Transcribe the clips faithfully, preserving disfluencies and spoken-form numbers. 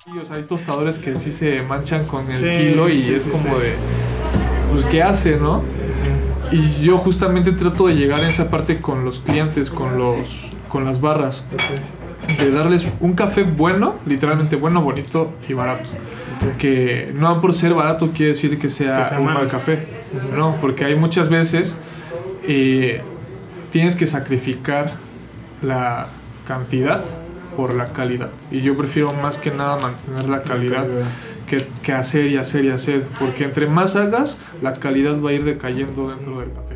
Sí, o sea, hay tostadores que sí se manchan con el Sí, kilo y sí, es sí, como sí. de, pues, ¿qué hace, no? Ujú. Y yo justamente trato de llegar a esa parte con los clientes, con los, con las barras, Ok. de darles un café bueno, literalmente bueno, bonito y barato. Ok. Que no por ser barato quiere decir que sea, Que sea un malo. mal café, Ujú. no, porque hay muchas veces eh, tienes que sacrificar la cantidad por la calidad, y yo prefiero más que nada mantener la calidad que, que hacer y hacer y hacer, porque entre más hagas, la calidad va a ir decayendo dentro del café.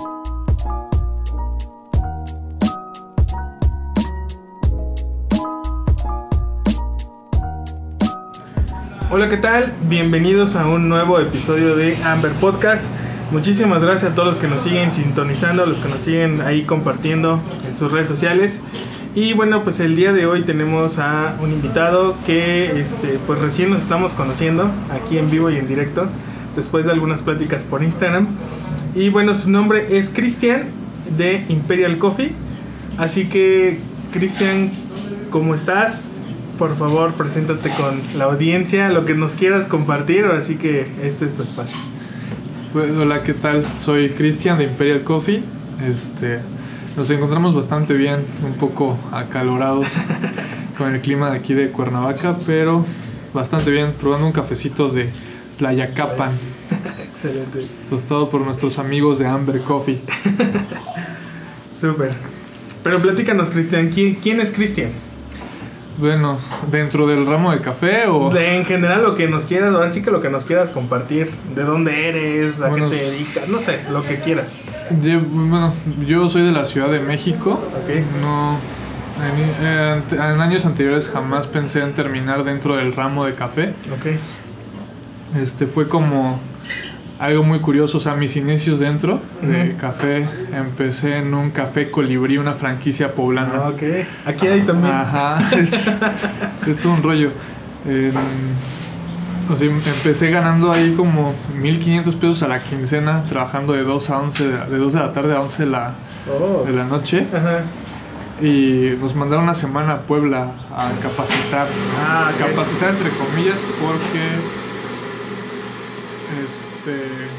Hola, ¿qué tal? Bienvenidos a un nuevo episodio de Amber Podcast. Muchísimas gracias a todos los que nos siguen sintonizando, a los que nos siguen ahí compartiendo en sus redes sociales. Y bueno, pues el día de hoy tenemos a un invitado que este, pues recién nos estamos conociendo aquí en vivo y en directo, después de algunas pláticas por Instagram. Y bueno, su nombre es Cristian de Imperial Coffee. Así que, Cristian, ¿cómo estás? Por favor, preséntate con la audiencia, lo que nos quieras compartir. Así que este es tu espacio. Pues, hola, ¿qué tal? Soy Cristian de Imperial Coffee. Este, nos encontramos bastante bien, un poco acalorados con el clima de aquí de Cuernavaca, pero bastante bien, probando un cafecito de Tlayacapan, Excelente. tostado por nuestros amigos de Amber Coffee. Súper. Pero platícanos, Cristian, ¿quién, quién es Cristian? Bueno, ¿dentro del ramo de café o...? De, en general, lo que nos quieras, ahora sí que lo que nos quieras compartir. ¿De dónde eres? ¿A Bueno, qué te dedicas? No sé, lo que quieras. Yo, bueno, yo soy de la Ciudad de México. Ok. No, en, en- en años anteriores jamás pensé en terminar dentro del ramo de café. Ok. Este fue como algo muy curioso, o sea, mis inicios dentro de Ujú. café, empecé en un café Colibrí, una franquicia poblana. Ah, ok. Aquí hay también. Ajá, es, es todo un rollo. En- o sea, empecé ganando ahí como mil quinientos pesos a la quincena, trabajando de dos a once, de dos de la tarde a once de la, Oh. de la noche. Ajá. Y nos mandaron una semana a Puebla a capacitar. Ah, ok. Capacitar entre comillas porque este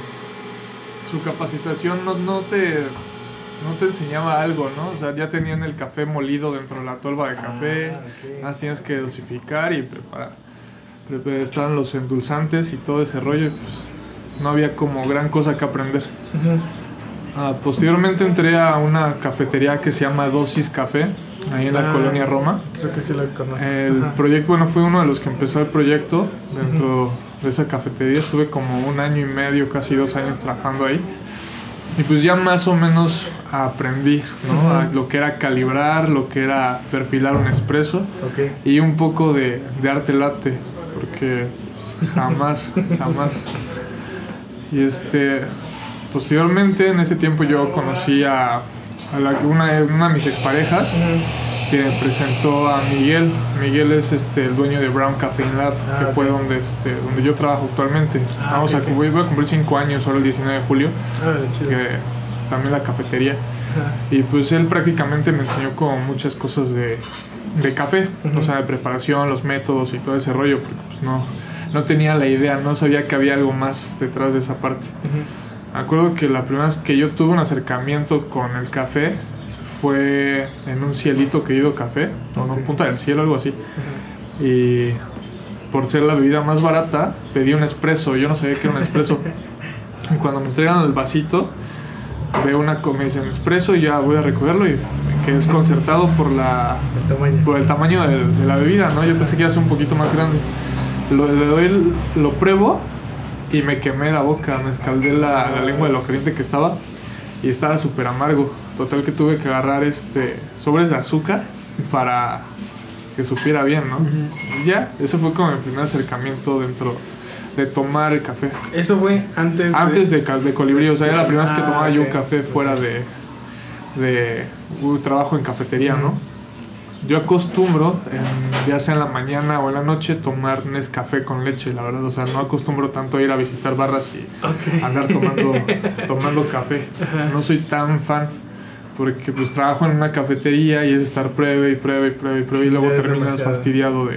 su capacitación no, no te no te enseñaba algo, ¿no? O sea, ya tenían el café molido dentro de la tolva de café. Ah, ok. Nada más tienes que dosificar y preparar. Pre- Estaban los endulzantes y todo ese rollo, y pues no había como gran cosa que aprender. Ujú. Ah, posteriormente entré a una cafetería que se llama Dosis Café, ahí en la Ah, colonia Roma. Creo que sí lo conozco. El Ajá. proyecto, bueno, fui uno de los que empezó el proyecto dentro de esa cafetería. Estuve como un año y medio, casi dos años trabajando ahí. Y pues ya más o menos aprendí, ¿no? Ujú. A lo que era calibrar, lo que era perfilar un espresso Ok. y un poco de, de arte latte, porque jamás, jamás. Y este, posteriormente en ese tiempo yo conocí a, a la, una, una de mis exparejas, Ujú. que me presentó a Miguel. Miguel es este el dueño de Brown Caffeine Lab, Ah, que ok. fue donde este donde yo trabajo actualmente. Ah, Vamos ok, a ok. voy, voy a cumplir cinco años ahora el diecinueve de julio, Ah, chido. que también la cafetería. Ajá. Y pues él prácticamente me enseñó como muchas cosas de, de café, Ujú. o sea, de preparación, los métodos y todo ese rollo, porque pues no, no tenía la idea, no sabía que había algo más detrás de esa parte. Ujú. Me acuerdo que la primera vez que yo tuve un acercamiento con el café fue en un Cielito Querido Café, o en Ok. un Punta del Cielo, algo así. Ajá. Y por ser la bebida más barata, pedí un espresso. Yo no sabía que era un espresso. Y cuando me entregan el vasito, veo una co- me dicen espresso y ya voy a recogerlo, y me quedé desconcertado por la El tamaño. por el tamaño del- de la bebida, ¿no? Yo pensé que iba a ser un poquito más grande. Lo, le doy el- lo pruebo y me quemé la boca, me escaldé la, la lengua de lo caliente que estaba, y estaba súper amargo. Total que tuve que agarrar este sobres de azúcar para que supiera bien, ¿no? Ujú. Y ya, ese fue como mi primer acercamiento dentro de tomar el café. Eso fue antes de... Antes de, ca- de Colibrí, o sea, era la primera vez que Ah, tomaba yo un ok, café fuera ok. de, de un trabajo en cafetería, ¿no? Ujú. Yo acostumbro, en- ya sea en la mañana o en la noche, tomar Nescafé con leche, la verdad. O sea, no acostumbro tanto a ir a visitar barras y Ok. andar tomando, tomando café. No soy tan fan, porque pues trabajo en una cafetería y es estar pruebe y pruebe y pruebe y pruebe, y luego Ya es terminas demasiado. fastidiado de,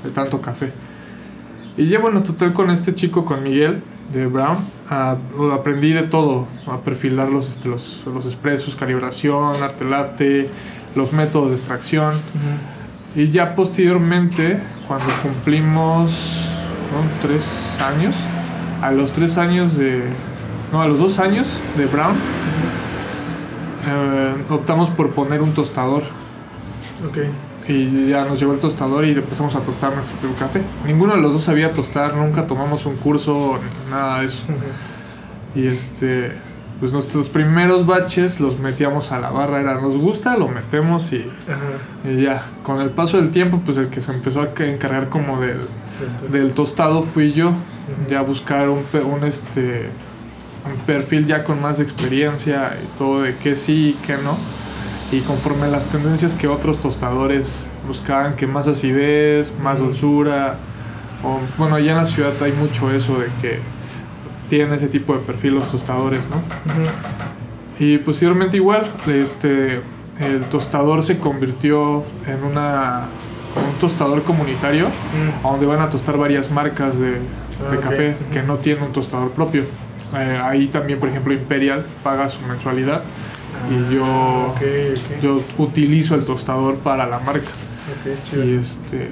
de tanto café. Y ya bueno, total, con este chico, con Miguel de Brown, uh, aprendí de todo, a perfilar los, este, los, los expresos, calibración, arte latte, los métodos de extracción. Uh-huh. Y ya posteriormente, cuando cumplimos ¿no? tres años, a los tres años de... no, a los dos años de Brown, uh-huh. eh, optamos por poner un tostador. Okay. Y ya nos llegó el tostador y empezamos a tostar nuestro propio café. Ninguno de los dos sabía tostar, nunca tomamos un curso, nada de eso. Uh-huh. Y este, pues nuestros primeros baches los metíamos a la barra, era nos gusta, lo metemos y, uh-huh. y ya. Con el paso del tiempo, pues el que se empezó a encargar como del, del tostado fui yo. Uh-huh. Ya buscar un, un, este, un perfil ya con más experiencia y todo de qué sí y qué no. Y conforme las tendencias que otros tostadores buscaban, que más acidez, más dulzura, o bueno, allá en la ciudad hay mucho eso de que tienen ese tipo de perfil los tostadores, ¿no? Uh-huh. Y posteriormente igual, este, el tostador se convirtió en una como un tostador comunitario, uh-huh. donde van a tostar varias marcas de, de okay. café uh-huh. que no tienen un tostador propio. Eh, ahí también, por ejemplo, Imperial paga su mensualidad. Y yo, okay, okay. yo utilizo el tostador para la marca. Okay, y este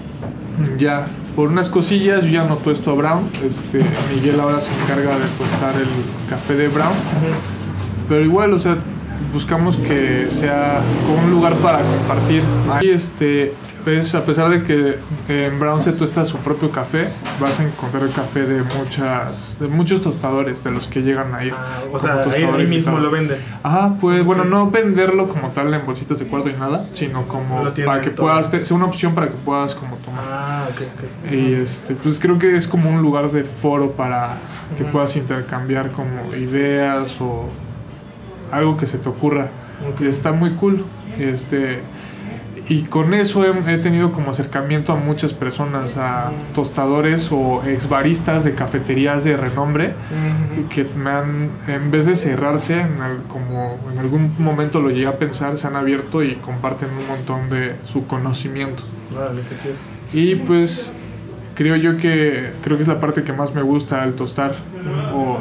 ya por unas cosillas yo ya no tuesto a Brown. Este Miguel ahora se encarga de tostar el café de Brown. Uh-huh. Pero igual, o sea, buscamos que sea como un lugar para compartir. Y este es, a pesar de que en Brown se tuesta su propio café, vas a encontrar el café de muchas de muchos tostadores, de los que llegan ahí. Ah, o sea, ahí, ahí mismo lo venden. Ajá, pues bueno, no venderlo como tal en bolsitas de cuarto y nada, sino como para que todo. puedas, sea una opción para que puedas como tomar. Ah, ok, ok. Y este, pues creo que es como un lugar de foro para que uh-huh. puedas intercambiar como ideas o algo que se te ocurra. Okay. Y está muy cool. Este... Y con eso he, he tenido como acercamiento a muchas personas, a tostadores o exbaristas de cafeterías de renombre, uh-huh. que me han, en vez de cerrarse, en el, como en algún momento lo llegué a pensar, se han abierto y comparten un montón de su conocimiento. Vale, qué chido. Y pues creo yo que creo que es la parte que más me gusta, el tostar o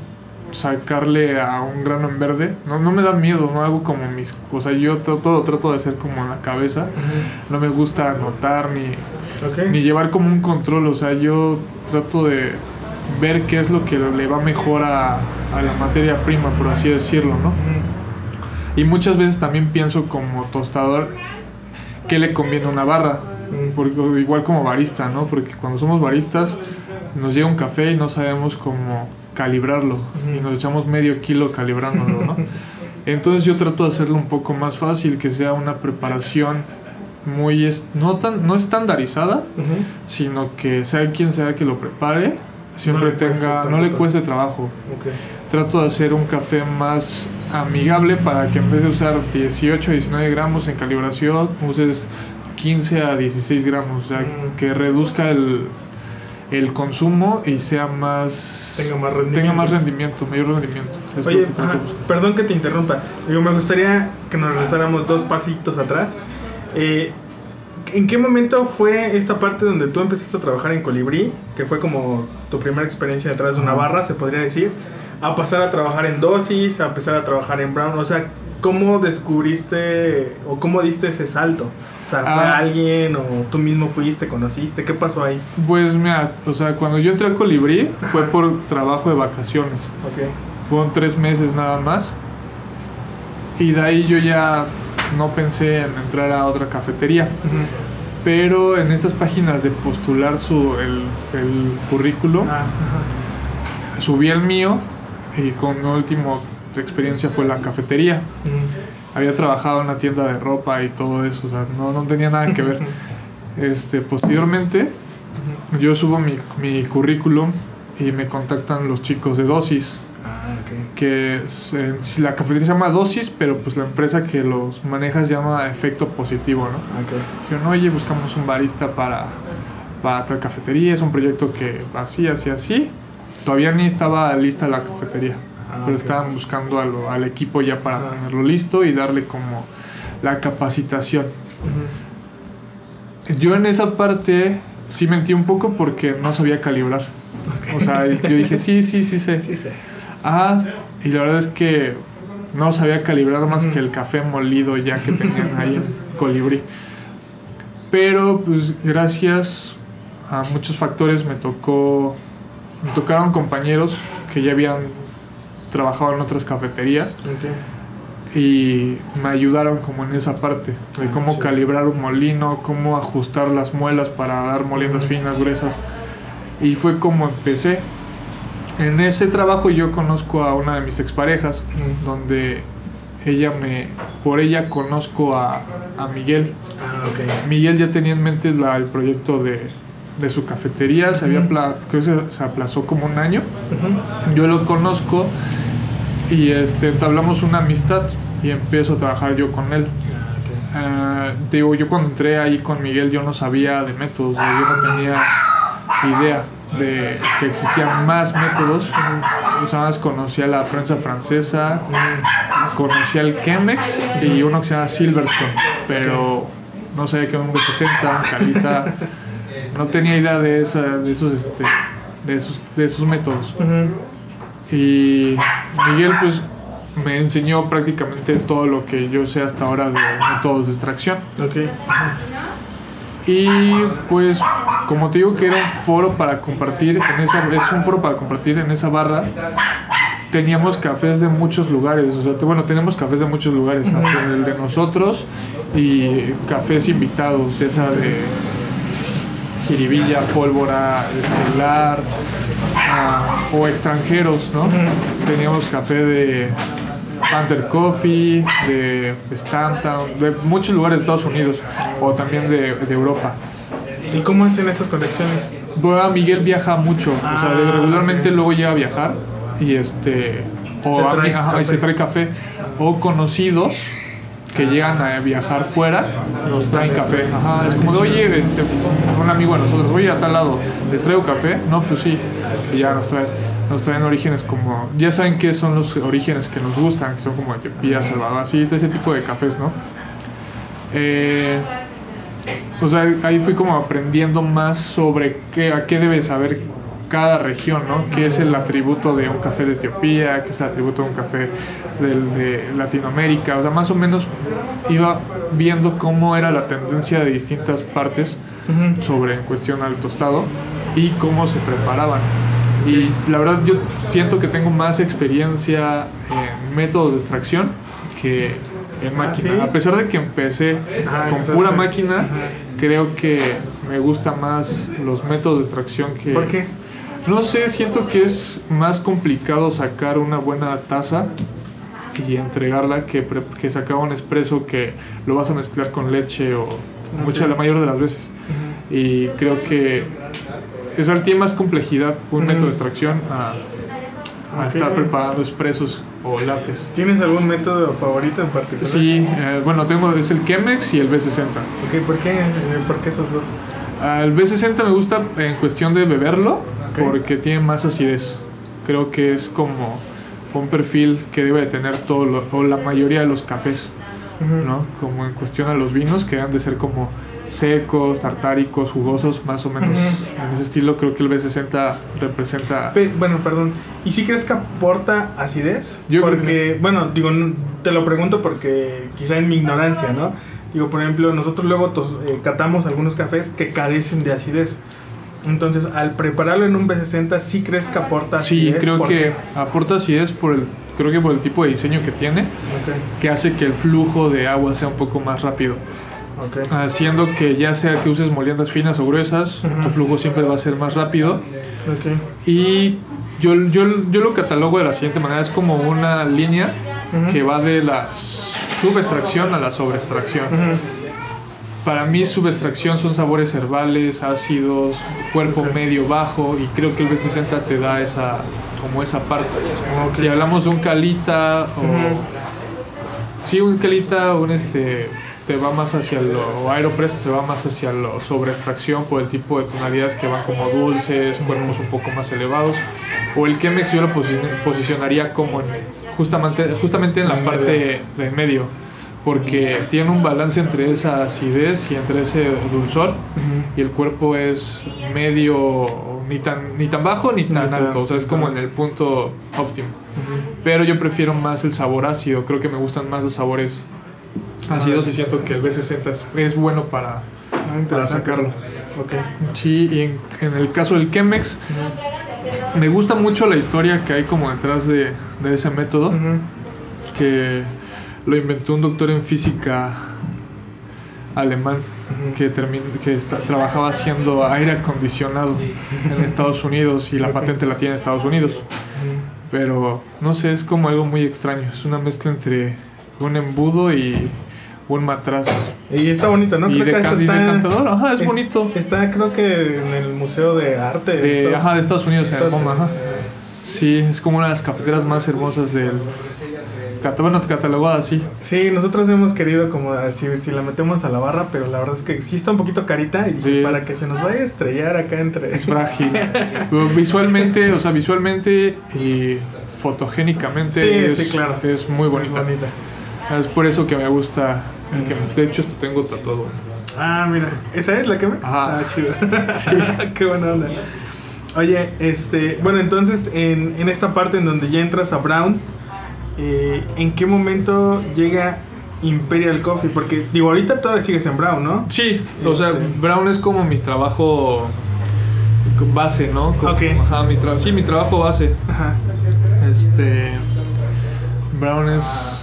sacarle a un grano en verde. No, no me da miedo, no hago como mis cosas. Yo todo, todo trato de hacer como en la cabeza. Uh-huh. No me gusta anotar ni, okay. ni llevar como un control. O sea, yo trato de ver qué es lo que le va mejor a, a la materia prima, por así decirlo, ¿no? Uh-huh. Y muchas veces también pienso como tostador qué le conviene a una barra. Uh-huh. Porque, igual como barista, ¿no? Porque cuando somos baristas nos llega un café y no sabemos cómo calibrarlo, uh-huh. y nos echamos medio kilo calibrándolo, ¿no? Entonces yo trato de hacerlo un poco más fácil, que sea una preparación muy est- no tan no estandarizada, uh-huh. sino que sea quien sea que lo prepare siempre no tenga no le cueste trabajo. Okay. Trato de hacer un café más amigable para que en vez de usar dieciocho a diecinueve gramos en calibración uses quince a dieciséis gramos, o sea, uh-huh. que reduzca el el consumo y sea más tenga más rendimiento, tenga más rendimiento mayor rendimiento. Es Oye, que ajá, perdón que te interrumpa. Yo me gustaría que nos regresáramos dos pasitos atrás. Eh, ¿En qué momento fue esta parte donde tú empezaste a trabajar en Colibrí, que fue como tu primera experiencia detrás de una barra, se podría decir, a pasar a trabajar en Dosis, a empezar a trabajar en Brown? O sea, ¿cómo descubriste o cómo diste ese salto? O sea, ¿fue ah, alguien o tú mismo fuiste, conociste? ¿Qué pasó ahí? Pues mira, o sea, cuando yo entré a Colibrí fue por trabajo de vacaciones. Okay. Fueron tres meses nada más. Y de ahí yo ya no pensé en entrar a otra cafetería. Uh-huh. Pero en estas páginas de postular su, el, el currículum, ah, uh-huh. subí el mío y con mi última experiencia fue la cafetería. Uh-huh. Había trabajado en una tienda de ropa y todo eso, o sea, no, no tenía nada que ver. Este, posteriormente, yo subo mi, mi currículum y me contactan los chicos de Dosis. Ah, okay. Que eh, la cafetería se llama Dosis, pero pues la empresa que los maneja se llama Efecto Positivo, ¿no? Okay. Yo, no, oye, buscamos un barista para, para tal cafetería, es un proyecto que así, así, así. Todavía ni estaba lista la cafetería. Ah, pero okay. estaban buscando al, al equipo ya para ah. tenerlo listo y darle como la capacitación. Yo en esa parte sí mentí un poco porque no sabía calibrar. Okay. O sea, yo dije, sí, sí, sí sé. Sí sé. Ah, y la verdad es que no sabía calibrar más uh-huh. que el café molido ya que tenían ahí en Colibrí. Pero pues gracias a muchos factores me tocó, me tocaron compañeros que ya habían trabajado en otras cafeterías. Okay. Y me ayudaron como en esa parte de cómo ah, sí. calibrar un molino, cómo ajustar las muelas para dar moliendas uh-huh. finas, gruesas. Y fue como empecé. En ese trabajo yo conozco a una de mis exparejas, uh-huh. donde ella me, por ella conozco a, a Miguel. Ah, okay. Miguel ya tenía en mente la, el proyecto de, de su cafetería, se había pla, creo que se, se aplazó como un año. Uh-huh. Yo lo conozco y este, entablamos una amistad y empiezo a trabajar yo con él. Ah, okay. uh, te digo, yo cuando entré ahí con Miguel yo no sabía de métodos, yo no tenía idea de que existían más métodos. O sea, más conocía la prensa francesa, conocía el Chemex y uno que se llama Silverstone, pero no sabía que era un B sesenta, un Calita. No tenía idea de, esa, de esos este, de esos de esos métodos. Uh-huh. Y Miguel pues me enseñó prácticamente todo lo que yo sé hasta ahora de métodos de extracción. Okay. Y pues como te digo que era un foro para compartir en esa, es un foro para compartir en esa barra. Teníamos cafés de muchos lugares, o sea, bueno, tenemos cafés de muchos lugares, uh-huh. el de nosotros y cafés invitados, ya sea de Jiribilla, Pólvora, Estelar, uh, o extranjeros, ¿no? Uh-huh. Teníamos café de Panther Coffee, de Stanton, de muchos lugares de Estados Unidos o también de, de Europa. ¿Y cómo hacen esas conexiones? Bueno, Miguel viaja mucho, ah, o sea, de, regularmente okay. luego llega a viajar y este o se trae, a, ajá, y se trae café o conocidos que llegan a viajar fuera nos traen café. Ajá, es como de, oye, este, un amigo de nosotros, voy a ir a tal lado, ¿les traigo café? No, pues sí, y ya nos traen. Nos traen orígenes como, ya saben qué son los orígenes que nos gustan, que son como Etiopía, Salvador, así, ese tipo de cafés, ¿no? Eh, o sea, ahí fui como aprendiendo más sobre qué, a qué debe saber cada región, ¿no? Qué es el atributo de un café de Etiopía, qué es el atributo de un café de, de Latinoamérica, o sea, más o menos iba viendo cómo era la tendencia de distintas partes uh-huh. sobre en cuestión al tostado y cómo se preparaban. Y la verdad yo siento que tengo más experiencia en métodos de extracción que en máquina. ¿Ah, sí? A pesar de que empecé Ajá, con pura máquina, Ajá. creo que me gustan más los métodos de extracción que... ¿Por qué? No sé, siento que es más complicado sacar una buena taza y entregarla que, pre- que sacar un espresso que lo vas a mezclar con leche o okay. mucha, la mayor de las veces. Uh-huh. Y creo que es el tiene más complejidad un uh-huh. método de extracción a, a okay. estar preparando expresos o lates. ¿Tienes algún método favorito en particular? Sí, eh, bueno, tengo es el Chemex y el B sesenta. Okay, ¿por qué? ¿Por qué esos dos? Uh, el B sesenta me gusta en cuestión de beberlo okay. porque tiene más acidez. Creo que es como un perfil que debe de tener todo lo, o la mayoría de los cafés, uh-huh. ¿no? Como en cuestión a los vinos que deben de ser como secos, tartáricos, jugosos, más o menos uh-huh. en ese estilo. Creo que el B sesenta representa... Pe- bueno, perdón, ¿y si crees que aporta acidez? Yo porque, creo que... bueno, digo, te lo pregunto porque quizá en mi ignorancia, ¿no? Digo, por ejemplo, nosotros luego tos, eh, catamos algunos cafés que carecen de acidez. Entonces, al prepararlo en un B sesenta, ¿sí crees que aporta acidez? Sí, creo que aporta acidez por el, creo que por el tipo de diseño que tiene, okay. que hace que el flujo de agua sea un poco más rápido. Okay. Haciendo que ya sea que uses moliendas finas o gruesas, uh-huh. tu flujo siempre va a ser más rápido. Okay. Y yo, yo, yo lo catalogo de la siguiente manera, es como una línea uh-huh. que va de la subextracción a la sobreextracción. Uh-huh. Para mí subextracción son sabores herbales, ácidos, cuerpo okay. medio bajo, y creo que el B sesenta te da esa como esa parte. Okay. Si hablamos de un Calita o uh-huh. sí, un Calita, un este te va más hacia lo Aeropress, se va más hacia lo sobreextracción por el tipo de tonalidades que van como dulces, uh-huh. cuerpos un poco más elevados. O el Chemex yo lo posi- posicionaría como en, justamente justamente en la parte de medio. porque tiene un balance entre esa acidez y entre ese dulzor, uh-huh. y el cuerpo es medio, ni tan, ni tan bajo ni tan ni alto, tan, o sea, es como en el punto óptimo. Uh-huh. Pero yo prefiero más el sabor ácido, creo que me gustan más los sabores ácidos, uh-huh. y siento que el B sesenta es, es bueno para, uh-huh. para sacarlo. Okay. Sí, y en, en el caso del Chemex, uh-huh. me gusta mucho la historia que hay como detrás de, de ese método, uh-huh. que lo inventó un doctor en física alemán, uh-huh. que, termin- que está, trabajaba haciendo aire acondicionado en Estados Unidos, y la okay. patente la tiene en Estados Unidos. Uh-huh. Pero no sé, es como algo muy extraño, es una mezcla entre un embudo y un matraz. Y está bonito, ¿no? Y creo de, que can- está, de cantador, ajá, es, es bonito. Está, creo que en el Museo de Arte de, de, Estados, ajá, de Estados Unidos, en Estados el MoMA, ajá. Sí, es como una de las cafeteras más hermosas del... Bueno, catalogada así. Sí, nosotros hemos querido como decir si la metemos a la barra, pero la verdad es que sí está un poquito carita, y dije, sí. para que se nos vaya a estrellar acá entre... Es frágil. Visualmente, o sea, visualmente y fotogénicamente sí, es, sí, claro. es muy bonita. Es bonita. Es por eso que me gusta el que de hecho esto tengo tatuado. Ah, mira, ¿esa es la que me? Ajá. Ah, chido. Sí. Qué buena onda. Oye, este, bueno, entonces en, en esta parte en donde ya entras a Brown, eh, ¿en qué momento llega Imperial Coffee? Porque digo, ahorita todavía sigues en Brown, ¿no? Sí, este... o sea, Brown es como mi trabajo base, ¿no? Como, okay. Ajá, mi tra- sí, mi trabajo base. Ajá. Este, Brown es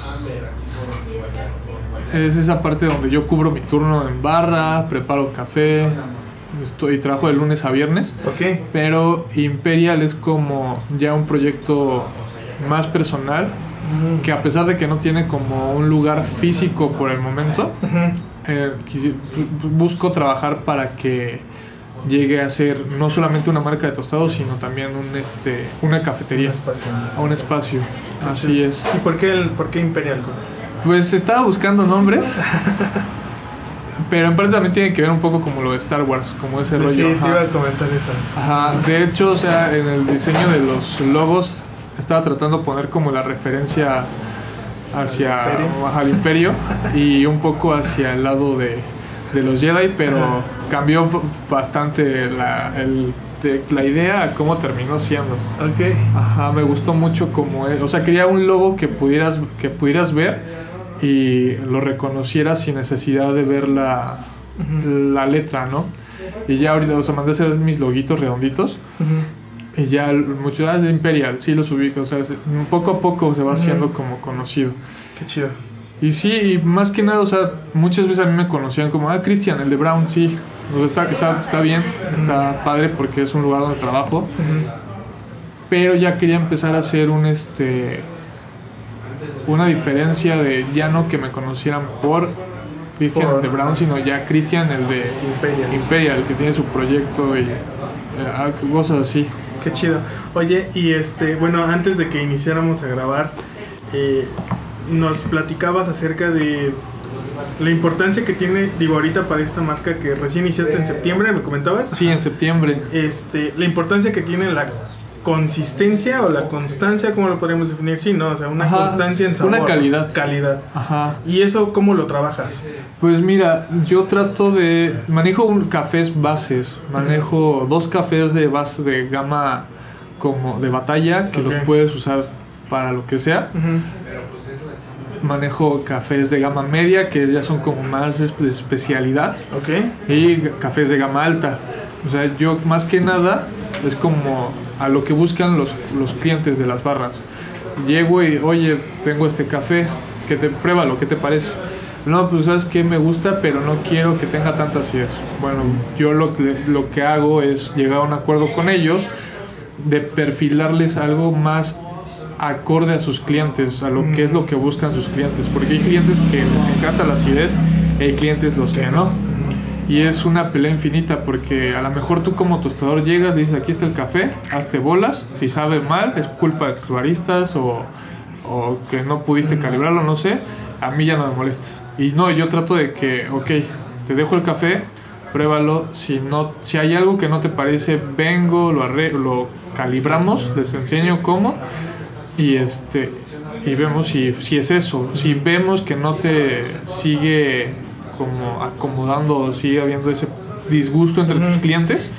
es esa parte donde yo cubro mi turno en barra, preparo café, estoy trabajo de lunes a viernes. Okay. Pero Imperial es como ya un proyecto más personal, uh-huh. que a pesar de que no tiene como un lugar físico por el momento, uh-huh. eh, quisi- busco trabajar para que llegue a ser no solamente una marca de tostados, sino también un este una cafetería, un espacio. A un espacio. Así es. ¿Y por qué el por qué Imperial? Pues estaba buscando nombres. Pero en parte también tiene que ver un poco como lo de Star Wars, como ese rollo. Sí, ajá. te iba a comentar eso. Ajá, de hecho, o sea, en el diseño de los logos estaba tratando de poner como la referencia hacia ¿Al imperio? Ajá, al imperio y un poco hacia el lado de, de los Jedi, pero ajá. cambió bastante la, el, de, la idea a cómo terminó siendo. Ok. Ajá, me gustó mucho como es, o sea, quería un logo que pudieras, que pudieras ver y lo reconocieras sin necesidad de ver la, uh-huh. la letra, ¿no? Y ya ahorita, o sea, mandé a hacer mis loguitos redonditos, uh-huh. y ya muchas veces de Imperial, sí los ubico, o sea, poco a poco se va haciendo uh-huh. como conocido. Qué chido. Y sí, y más que nada, o sea, muchas veces a mí me conocían como, ah, Cristian, el de Brown, sí, o sea, está, está, está bien, uh-huh. está padre porque es un lugar donde trabajo, uh-huh. pero ya quería empezar a hacer un, este... una diferencia de ya no que me conocieran por Cristian el de Brown, sino ya Cristian el de Imperial. Imperial, que tiene su proyecto y eh, cosas así. Qué chido. Oye, y este, bueno, antes de que iniciáramos a grabar, eh, nos platicabas acerca de la importancia que tiene, digo, ahorita para esta marca que recién iniciaste en septiembre, ¿me comentabas? Sí, en septiembre. Este, la importancia que tiene la consistencia o la constancia, ¿cómo lo podríamos definir? Sí, ¿no? O sea, una Ajá, constancia en sabor. Una calidad. Calidad. Ajá. ¿Y eso cómo lo trabajas? Pues mira, yo trato de... Manejo un cafés bases. Manejo uh-huh. dos cafés de base de gama como de batalla, que okay. los puedes usar para lo que sea. Uh-huh. Manejo cafés de gama media, que ya son como más de especialidad. Okay. Y cafés de gama alta. O sea, yo más que nada es como a lo que buscan los, los clientes de las barras. Llego y, oye, tengo este café, que te pruébalo, ¿qué te parece? No, pues sabes que me gusta, pero no quiero que tenga tanta acidez. Bueno, yo lo que, lo que hago es llegar a un acuerdo con ellos de perfilarles algo más acorde a sus clientes, a lo mm. que es lo que buscan sus clientes, porque hay clientes que les encanta la acidez y hay clientes los que no. Y es una pelea infinita porque a lo mejor tú como tostador llegas, dices aquí está el café, hazte bolas, si sabe mal es culpa de tus baristas o, o que no pudiste calibrarlo, no sé, a mí ya no me molestes. Y no, yo trato de que, ok, te dejo el café, pruébalo, si, no, si hay algo que no te parece, vengo, lo, arreglo, lo calibramos, les enseño cómo y este... y vemos si, si es eso. Si vemos que no te sigue como acomodando o sigue habiendo ese disgusto entre uh-huh. tus clientes,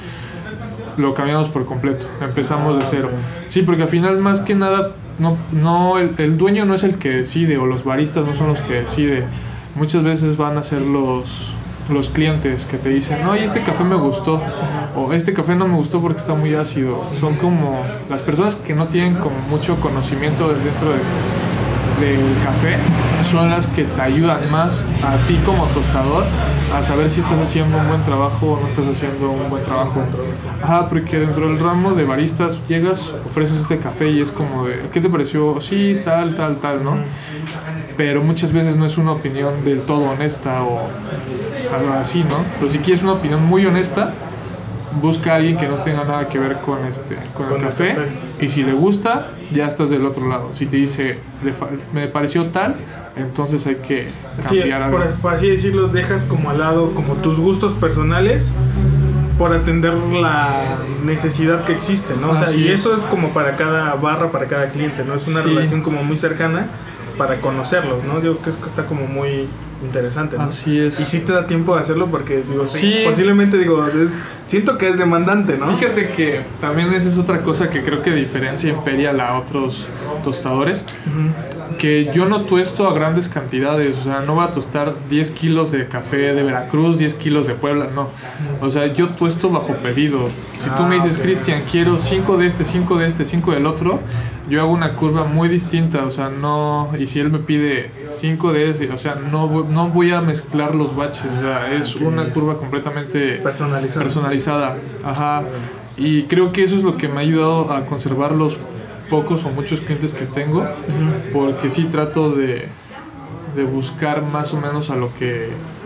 lo cambiamos por completo, empezamos de cero. Sí, porque al final más que nada no, no el, el dueño no es el que decide, o los baristas no son los que deciden. Muchas veces van a ser los los clientes que te dicen, no, y este café me gustó, o este café no me gustó porque está muy ácido. Son como las personas que no tienen como mucho conocimiento dentro del, del café, son las que te ayudan más a ti como tostador a saber si estás haciendo un buen trabajo o no estás haciendo un buen trabajo. Ajá, porque dentro del ramo de baristas llegas, ofreces este café y es como de, ¿qué te pareció? Sí, tal, tal, tal, ¿no? Pero muchas veces no es una opinión del todo honesta o algo así, ¿no? Pero si quieres una opinión muy honesta, busca a alguien que no tenga nada que ver con este con, con el, café, el café, y si le gusta, ya estás del otro lado. Si te dice, me pareció tal, entonces hay que cambiar sí, algo. Por, por así decirlo, dejas como al lado como tus gustos personales por atender la necesidad que existe, ¿no? O sea, y es. Eso es como para cada barra, para cada cliente, ¿no? Es una sí. relación como muy cercana para conocerlos, ¿no? Digo que es que está como muy interesante, ¿no? Así es. Y sí te da tiempo de hacerlo porque, digo, sí. posiblemente, digo, es, siento que es demandante, ¿no? Fíjate que también esa es otra cosa que creo que diferencia Imperial a otros tostadores, uh-huh. que yo no tuesto a grandes cantidades, o sea, no voy a tostar diez kilos de café de Veracruz, diez kilos de Puebla, no. O sea, yo tuesto bajo pedido. Si ah, tú me dices, okay. Cristian, quiero cinco de este, cinco de este, cinco del otro, yo hago una curva muy distinta, o sea, no, y si él me pide cinco de ese, o sea, no, no voy a mezclar los baches, o sea, es okay. una curva completamente personalizada. personalizada, ajá, y creo que eso es lo que me ha ayudado a conservar los pocos o muchos clientes que tengo, uh-huh. porque sí trato de, de buscar más o menos a lo que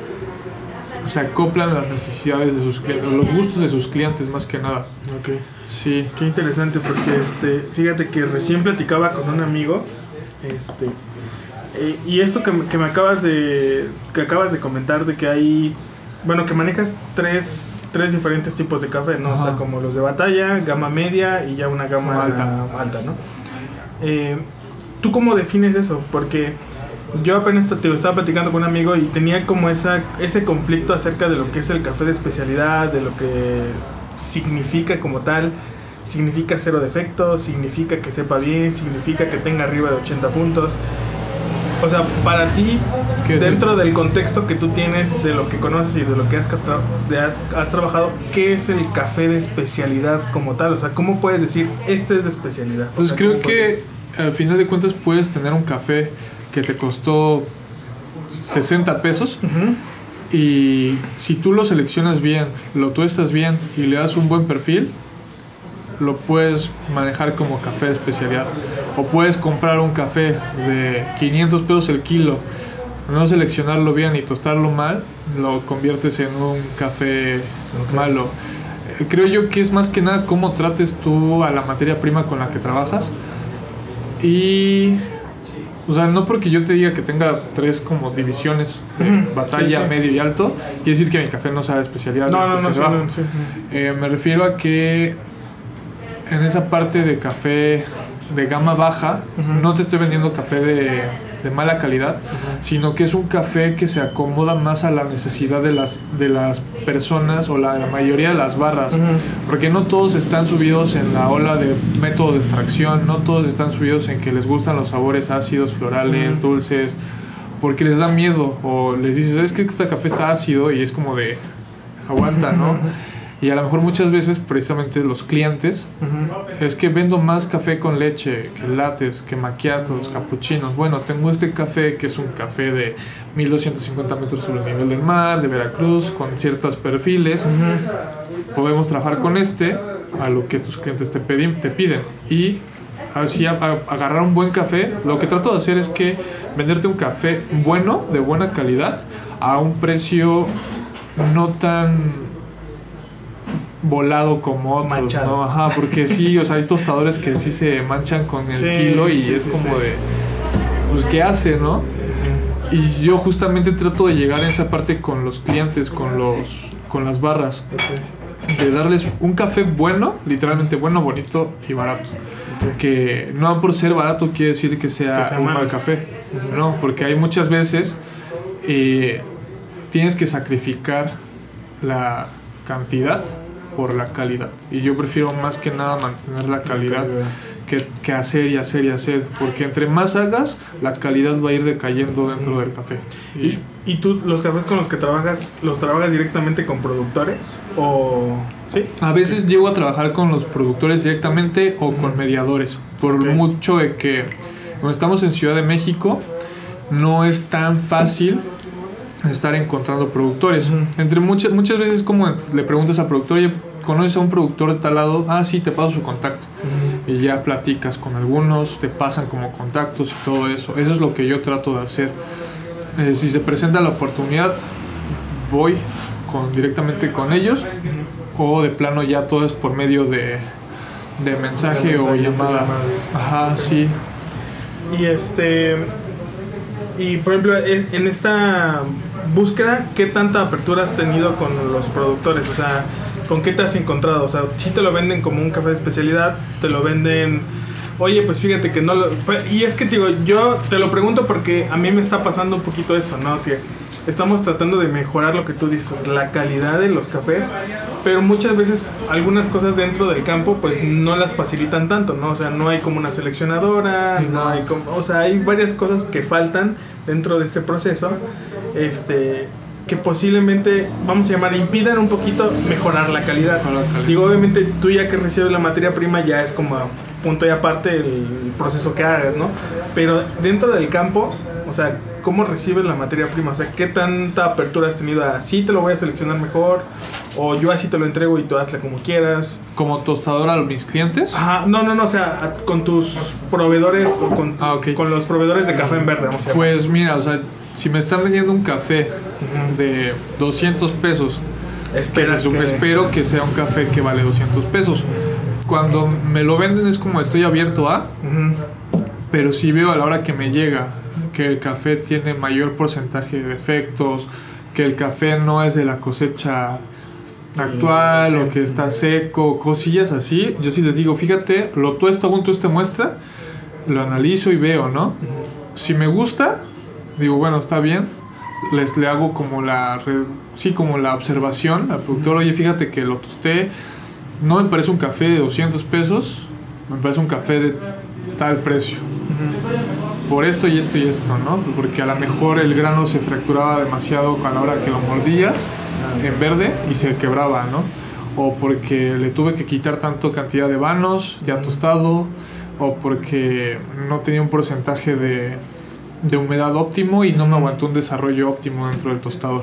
se acoplan las necesidades de sus clientes, los gustos de sus clientes más que nada. Okay. Sí. Qué interesante, porque este, fíjate que recién platicaba con un amigo, este, eh, y esto que, que me acabas de, que acabas de comentar de que hay, bueno, que manejas tres, tres diferentes tipos de café, ¿no? Ajá. O sea, como los de batalla, gama media y ya una gama alta, alta, ¿no? Eh, ¿Tú cómo defines eso? Porque yo apenas te estaba platicando con un amigo y tenía como esa, ese conflicto acerca de lo que es el café de especialidad, de lo que significa como tal. Significa cero defectos, significa que sepa bien, significa que tenga arriba de ochenta puntos. O sea, para ti, dentro del contexto que tú tienes, de lo que conoces y de lo que has, de has, has trabajado, ¿qué es el café de especialidad como tal? O sea, ¿cómo puedes decir, este es de especialidad? Pues o sea, creo que al final de cuentas puedes tener un café que te costó sesenta pesos, uh-huh. y si tú lo seleccionas bien, lo tuestas bien y le das un buen perfil, lo puedes manejar como café de especialidad. O puedes comprar un café de quinientos pesos el kilo, no seleccionarlo bien y tostarlo mal, lo conviertes en un café okay. malo. Creo yo que es más que nada cómo trates tú a la materia prima con la que trabajas. Y o sea, no porque yo te diga que tenga tres como divisiones de mm, batalla, sí, sí. medio y alto, quiere decir que mi café no sea de especialidad. No, no, no, sí, no sí. eh, Me refiero a que en esa parte de café de gama baja, uh-huh. no te estoy vendiendo café de, de mala calidad, uh-huh. sino que es un café que se acomoda más a la necesidad de las, de las personas o la, la mayoría de las barras, uh-huh. porque no todos están subidos en la ola de método de extracción, no todos están subidos en que les gustan los sabores ácidos, florales, uh-huh. dulces, porque les da miedo, o les dices, ¿sabes qué? Este café está ácido, y es como de, aguanta, ¿no? Uh-huh. Y a lo mejor muchas veces precisamente los clientes uh-huh. es que vendo más café con leche que lattes, que macchiatos, capuchinos. Bueno, tengo este café que es un café de mil doscientos cincuenta metros sobre el nivel del mar, de Veracruz, con ciertos perfiles. Uh-huh. Podemos trabajar con este a lo que tus clientes te, pedi- te piden. Y así a, a, agarrar un buen café. Lo que trato de hacer es que venderte un café bueno, de buena calidad, a un precio no tan volado como otros, manchado. ¿No? Ajá, porque sí, o sea, hay tostadores que sí se manchan con el sí, kilo y sí, es sí, como sí. de, pues, ¿qué hace, no? Uh-huh. Y yo justamente trato de llegar a esa parte con los clientes, con los, con las barras, okay. de darles un café bueno, literalmente bueno, bonito y barato. Okay. Que no por ser barato quiere decir que sea, que sea un malo. mal café. Uh-huh. No, porque hay muchas veces eh, tienes que sacrificar la cantidad por la calidad. Y yo prefiero más que nada mantener la calidad que, que hacer y hacer y hacer. Porque entre más hagas, la calidad va a ir decayendo dentro del café. Y, ¿Y, y tú, los cafés con los que trabajas, los trabajas directamente con productores? ¿O sí? A veces llego a trabajar con los productores directamente o con mediadores. Por okay. mucho de que, cuando estamos en Ciudad de México, no es tan fácil estar encontrando productores. Uh-huh. Entre muchas muchas veces como le preguntas al productor, oye, ¿conoces a un productor de tal lado? Ah, sí, te paso su contacto. Uh-huh. Y ya platicas con algunos, te pasan como contactos y todo eso. Eso es lo que yo trato de hacer. Eh, si se presenta la oportunidad, voy con, directamente con ellos, uh-huh. o de plano ya todo es por medio de, de mensaje, de mensaje o llamada. Ajá, sí. Y este... Y por ejemplo, en esta búsqueda, ¿qué tanta apertura has tenido con los productores? O sea, ¿con qué te has encontrado? O sea, si te lo venden como un café de especialidad, te lo venden... Oye, pues fíjate que no lo... Y es que te digo, yo te lo pregunto porque a mí me está pasando un poquito esto, ¿no? Que estamos tratando de mejorar lo que tú dices, la calidad de los cafés, pero muchas veces algunas cosas dentro del campo pues no las facilitan tanto, ¿no? O sea, no hay como una seleccionadora, no, no hay como, o sea, hay varias cosas que faltan dentro de este proceso, este, que posiblemente, vamos a llamar, impidan un poquito mejorar la calidad. La calidad. Digo, obviamente tú ya que recibes la materia prima ya es como punto y aparte el proceso que hagas, ¿no? Pero dentro del campo, o sea, ¿cómo recibes la materia prima? O sea, ¿qué tanta apertura has tenido a sí te lo voy a seleccionar mejor? O yo así te lo entrego y tú hazla como quieras. ¿Como tostador a mis clientes? Ajá, no, no, no, o sea, a, con tus proveedores o con, ah, okay. con los proveedores de café en verde, vamos a ver. Pues mira, o sea, si me están vendiendo un café uh-huh. de doscientos pesos, que se sube, que... espero que sea un café que vale doscientos pesos. Cuando me lo venden es como estoy abierto a, uh-huh. pero si veo a la hora que me llega que el café tiene mayor porcentaje de defectos, que el café no es de la cosecha actual, sí, o que está seco, cosillas así, yo sí les digo, fíjate, lo tuesto, hago un tueste muestra, lo analizo y veo, ¿no? Si me gusta, digo, bueno, está bien, les le hago como la, sí, como la observación al productor, oye, fíjate que lo tosté, no me parece un café de doscientos pesos, me parece un café de tal precio. Por esto y esto y esto, ¿no? Porque a lo mejor el grano se fracturaba demasiado a la hora que lo mordías en verde y se quebraba, ¿no? O porque le tuve que quitar tanto cantidad de vanos ya tostado, o porque no tenía un porcentaje de, de humedad óptimo y no me aguantó un desarrollo óptimo dentro del tostador.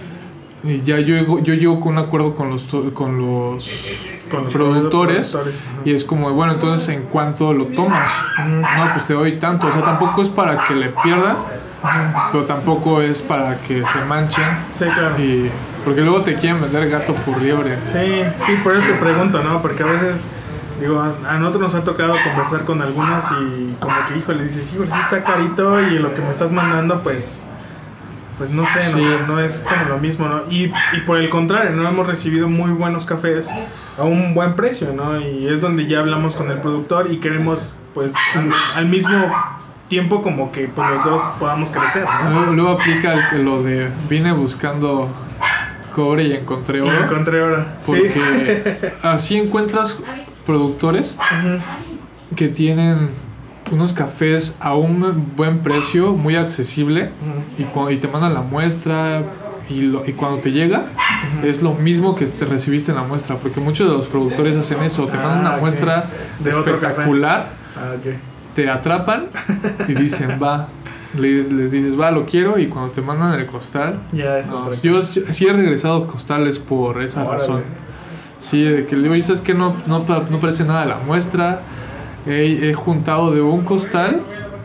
Y ya yo, yo llego con un acuerdo con los con los, con los productores, productores y es como, bueno, entonces ¿en cuánto lo tomas? Uh-huh. No, pues te doy tanto. O sea, tampoco es para que le pierdan, uh-huh. pero tampoco es para que se manchen. Sí, claro. Y, porque luego te quieren vender gato por liebre. Sí, sí, por eso te pregunto, ¿no? Porque a veces, digo, a nosotros nos ha tocado conversar con algunos y como que, híjole, dices, híjole, sí está carito y lo que me estás mandando, pues... Pues no sé, no, sí. no es como lo mismo, ¿no? Y, y por el contrario, no hemos recibido muy buenos cafés a un buen precio, ¿no? Y es donde ya hablamos con el productor y queremos, pues, al, al mismo tiempo como que pues, los dos podamos crecer, ¿no? Luego, luego aplica el, lo de vine buscando cobre y encontré oro. Y encontré oro, porque sí. así encuentras productores uh-huh. que tienen unos cafés a un buen precio, muy accesible, uh-huh. y, cuando, y te mandan la muestra y, lo, y cuando te llega uh-huh. es lo mismo que te recibiste en la muestra, porque muchos de los productores hacen eso, te mandan ah, una okay. muestra de espectacular, ah, okay. te atrapan y dicen va, les, les dices va, lo quiero, y cuando te mandan el costal, yeah, no, yo, yo sí he regresado costales por esa Órale. razón, sí, de que le digo, ¿sabes qué? No, no, no parece nada la muestra. He, he juntado de un costal.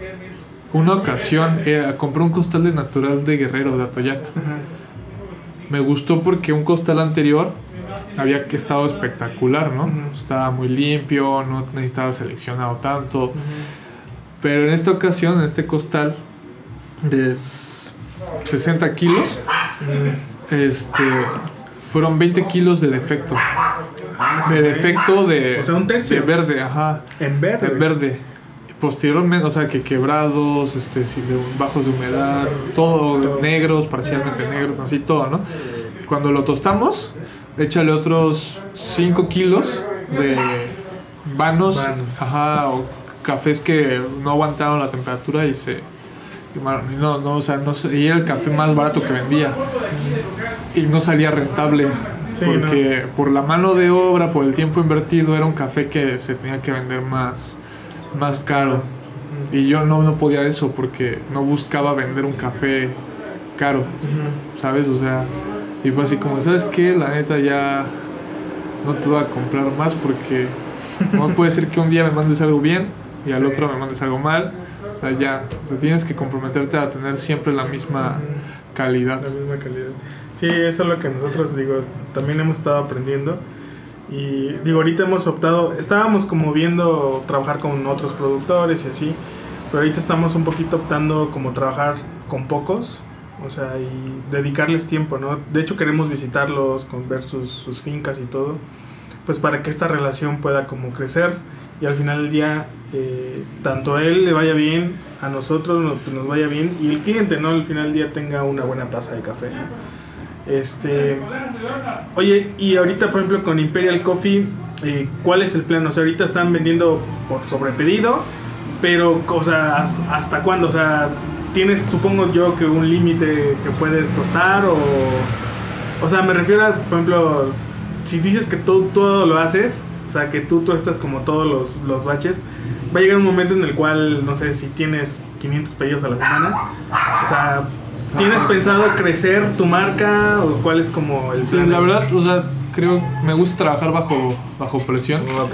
Una ocasión eh, compré un costal de natural de Guerrero, de Atoyac. Uh-huh. Me gustó porque un costal anterior había estado espectacular, ¿no? Uh-huh. Estaba muy limpio, no necesitaba seleccionado tanto. Uh-huh. Pero en esta ocasión, en este costal de sesenta kilos, uh-huh. este, fueron veinte kilos de defecto. Ah, sí, de defecto de, o sea, un tercio. de verde, ajá. En verde. En verde. Posteriormente, o sea, que quebrados, este, sí, de bajos de humedad, todo, Todo. negros, parcialmente negros, así todo, ¿no? Cuando lo tostamos, échale otros cinco kilos de vanos, Vanos. ajá, o cafés que no aguantaron la temperatura y se quemaron. Y no, no, o sea, no, se- y era el café más barato que vendía. Y no salía rentable. Sí, porque por la mano de obra, por el tiempo invertido, era un café que se tenía que vender más, más caro. Y yo no, no podía eso porque no buscaba vender un café caro, Ujú. ¿sabes? O sea, y fue así como, ¿sabes qué? La neta ya no te voy a comprar más porque no puede ser que un día me mandes algo bien y al Sí. otro me mandes algo mal. O sea, ya, o sea, tienes que comprometerte a tener siempre la misma calidad. La misma calidad. Sí, eso es lo que nosotros, digo, también hemos estado aprendiendo. Y digo, ahorita hemos optado, estábamos como viendo trabajar con otros productores y así, pero ahorita estamos un poquito optando como trabajar con pocos, o sea, y dedicarles tiempo, ¿no? De hecho queremos visitarlos, con ver sus, sus fincas y todo, pues para que esta relación pueda como crecer y al final del día eh, tanto a él le vaya bien, a nosotros nos, nos vaya bien y el cliente, ¿no? Al final del día tenga una buena taza de café, ¿no? Este, oye, y ahorita por ejemplo con Imperial Coffee, eh, ¿cuál es el plan? O sea, ahorita están vendiendo por sobrepedido, pero, o sea, ¿has- ¿hasta cuándo? O sea, ¿tienes, supongo yo, que un límite que puedes tostar? O, o sea, me refiero a, por ejemplo, si dices que tú todo lo haces, o sea, que tú tostas como todos los, los baches, va a llegar un momento en el cual, no sé, si tienes quinientos pedidos a la semana, o sea, ¿tienes pensado crecer tu marca o cuál es como el Sí, plan? la verdad, o sea, creo me gusta trabajar bajo, bajo presión. Ok.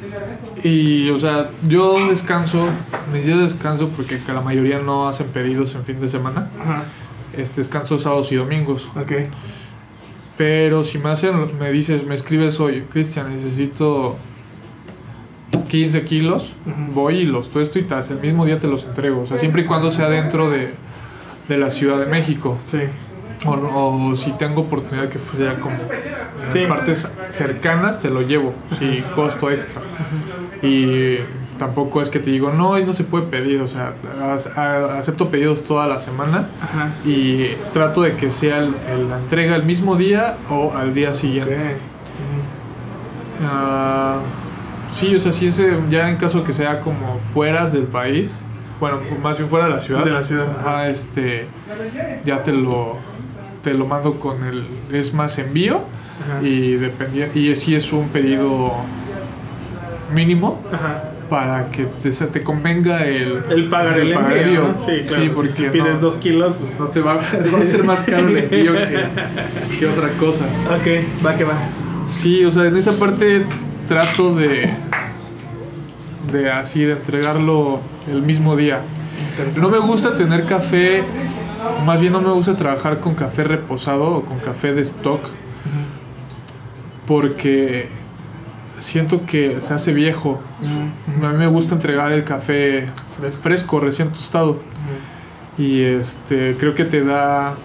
Y, o sea, yo descanso, mis días de descanso, porque que la mayoría no hacen pedidos en fin de semana. Ajá. Este, descanso sábados y domingos. Ok. Pero si me hacen, me dices, me escribes, oye, Cristian, necesito quince kilos, Ujú. voy y los tuesto y tas, el mismo día te los entrego. O sea, siempre y cuando sea dentro de, de la Ciudad de México. Sí. O, o si tengo oportunidad que fuera como en Sí. partes cercanas, te lo llevo, sin costo extra. Y tampoco es que te digo, no, y no se puede pedir, o sea, a- a- acepto pedidos toda la semana Ajá. y trato de que sea el- el- la entrega el mismo día o al día Ok. siguiente. Ujú. Ah, sí, o sea, si es eh, ya en caso que sea como fuera del país, bueno, más bien fuera de la ciudad. De la ciudad. Ajá, este, ya te lo, te lo mando con el, es más envío Ajá. y dependía, y si es un pedido mínimo Ajá. para que te, se te convenga el, El pagar el, pagar envío, envío. ¿no? Sí, claro. Sí, porque si pides no- dos kilos, pues... no te va, te va a ser más caro el envío que, que otra cosa. Ok, va que va. Sí, o sea, en esa parte trato de de así de entregarlo el mismo día. No me gusta tener café, más bien no me gusta trabajar con café reposado o con café de stock porque siento que se hace viejo. A mí me gusta entregar el café Fresco. fresco, recién tostado. Y este creo que te da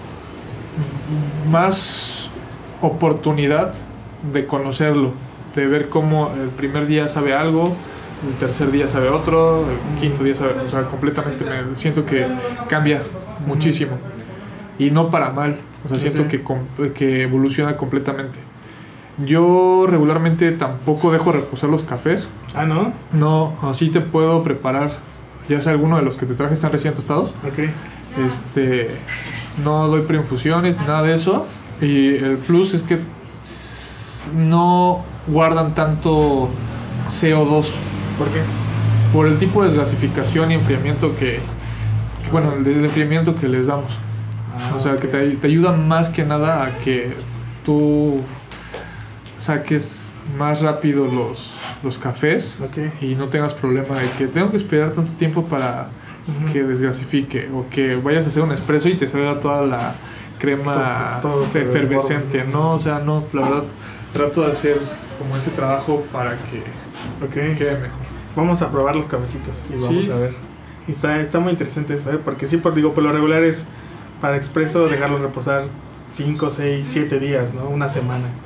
más oportunidad de conocerlo, de ver cómo el primer día sabe algo, el tercer día sabe otro, el quinto día sabe, o sea, completamente me siento que cambia muchísimo y no para mal, o sea, siento Ok. que, com- que evoluciona completamente. Yo regularmente tampoco dejo reposar los cafés, Ah, ¿no? no, así te puedo preparar, ya sea alguno de los que te traje están recién tostados. Ok. Este, no doy preinfusiones, nada de eso. Y el plus es que s- no guardan tanto C O dos ¿Por qué? por el tipo de desgasificación y enfriamiento que, que, bueno, el del enfriamiento que les damos. O sea, que te, te ayuda más que nada a que tú saques más rápido los, los cafés Ok. y no tengas problema de que tengo que esperar tanto tiempo para Ujú. que desgasifique o que vayas a hacer un espresso y te salga toda la crema Todo- todo se efervescente, desborda. no, o sea, no, la verdad trato de hacer como ese trabajo para que Ok. quede mejor. Vamos a probar los cafecitos y vamos Sí. a ver. Y está, está muy interesante eso, ¿eh? Porque sí, por, digo, por lo regular es para expreso dejarlos reposar cinco, seis, siete días, ¿no? Una semana.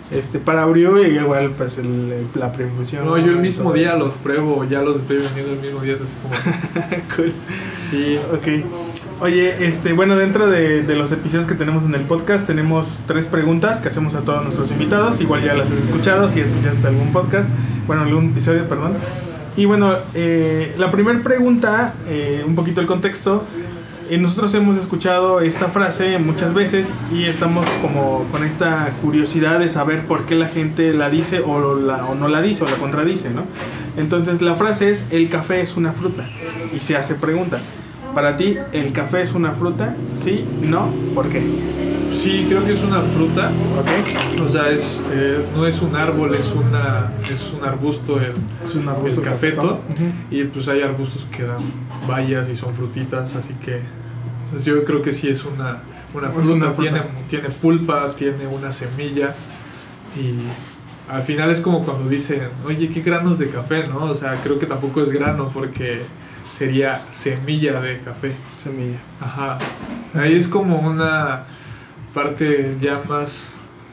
Este, para Brew y igual pues el, el, la preinfusión. No, yo el mismo día eso. Los pruebo, ya los estoy vendiendo el mismo día, es así como... Cool. Sí. Ok. Oye, este, bueno, dentro de, de los episodios que tenemos en el podcast tenemos tres preguntas que hacemos a todos nuestros invitados. Igual ya las has escuchado, si escuchaste algún podcast, bueno, algún episodio, perdón. Y bueno, eh, la primera pregunta, eh, un poquito el contexto. Eh, nosotros hemos escuchado esta frase muchas veces y estamos como con esta curiosidad de saber por qué la gente la dice o, la, o no la dice o la contradice, ¿no? Entonces la frase es: el café es una fruta. Y se hace pregunta: para ti, ¿el café es una fruta? ¿Sí? ¿No? ¿Por qué? Sí, creo que es una fruta. Okay. O sea, es, eh, no es un árbol, es una es un arbusto el, es un arbusto el cafeto. Uh-huh. Y pues hay arbustos que dan bayas y son frutitas, así que pues yo creo que sí es una, una, fruta. una fruta. Tiene, tiene pulpa, tiene una semilla y al final es como cuando dicen, oye, ¿qué granos de café? ¿No? O sea, creo que tampoco es grano porque sería semilla de café. Semilla. Ajá. Ahí es como una parte ya más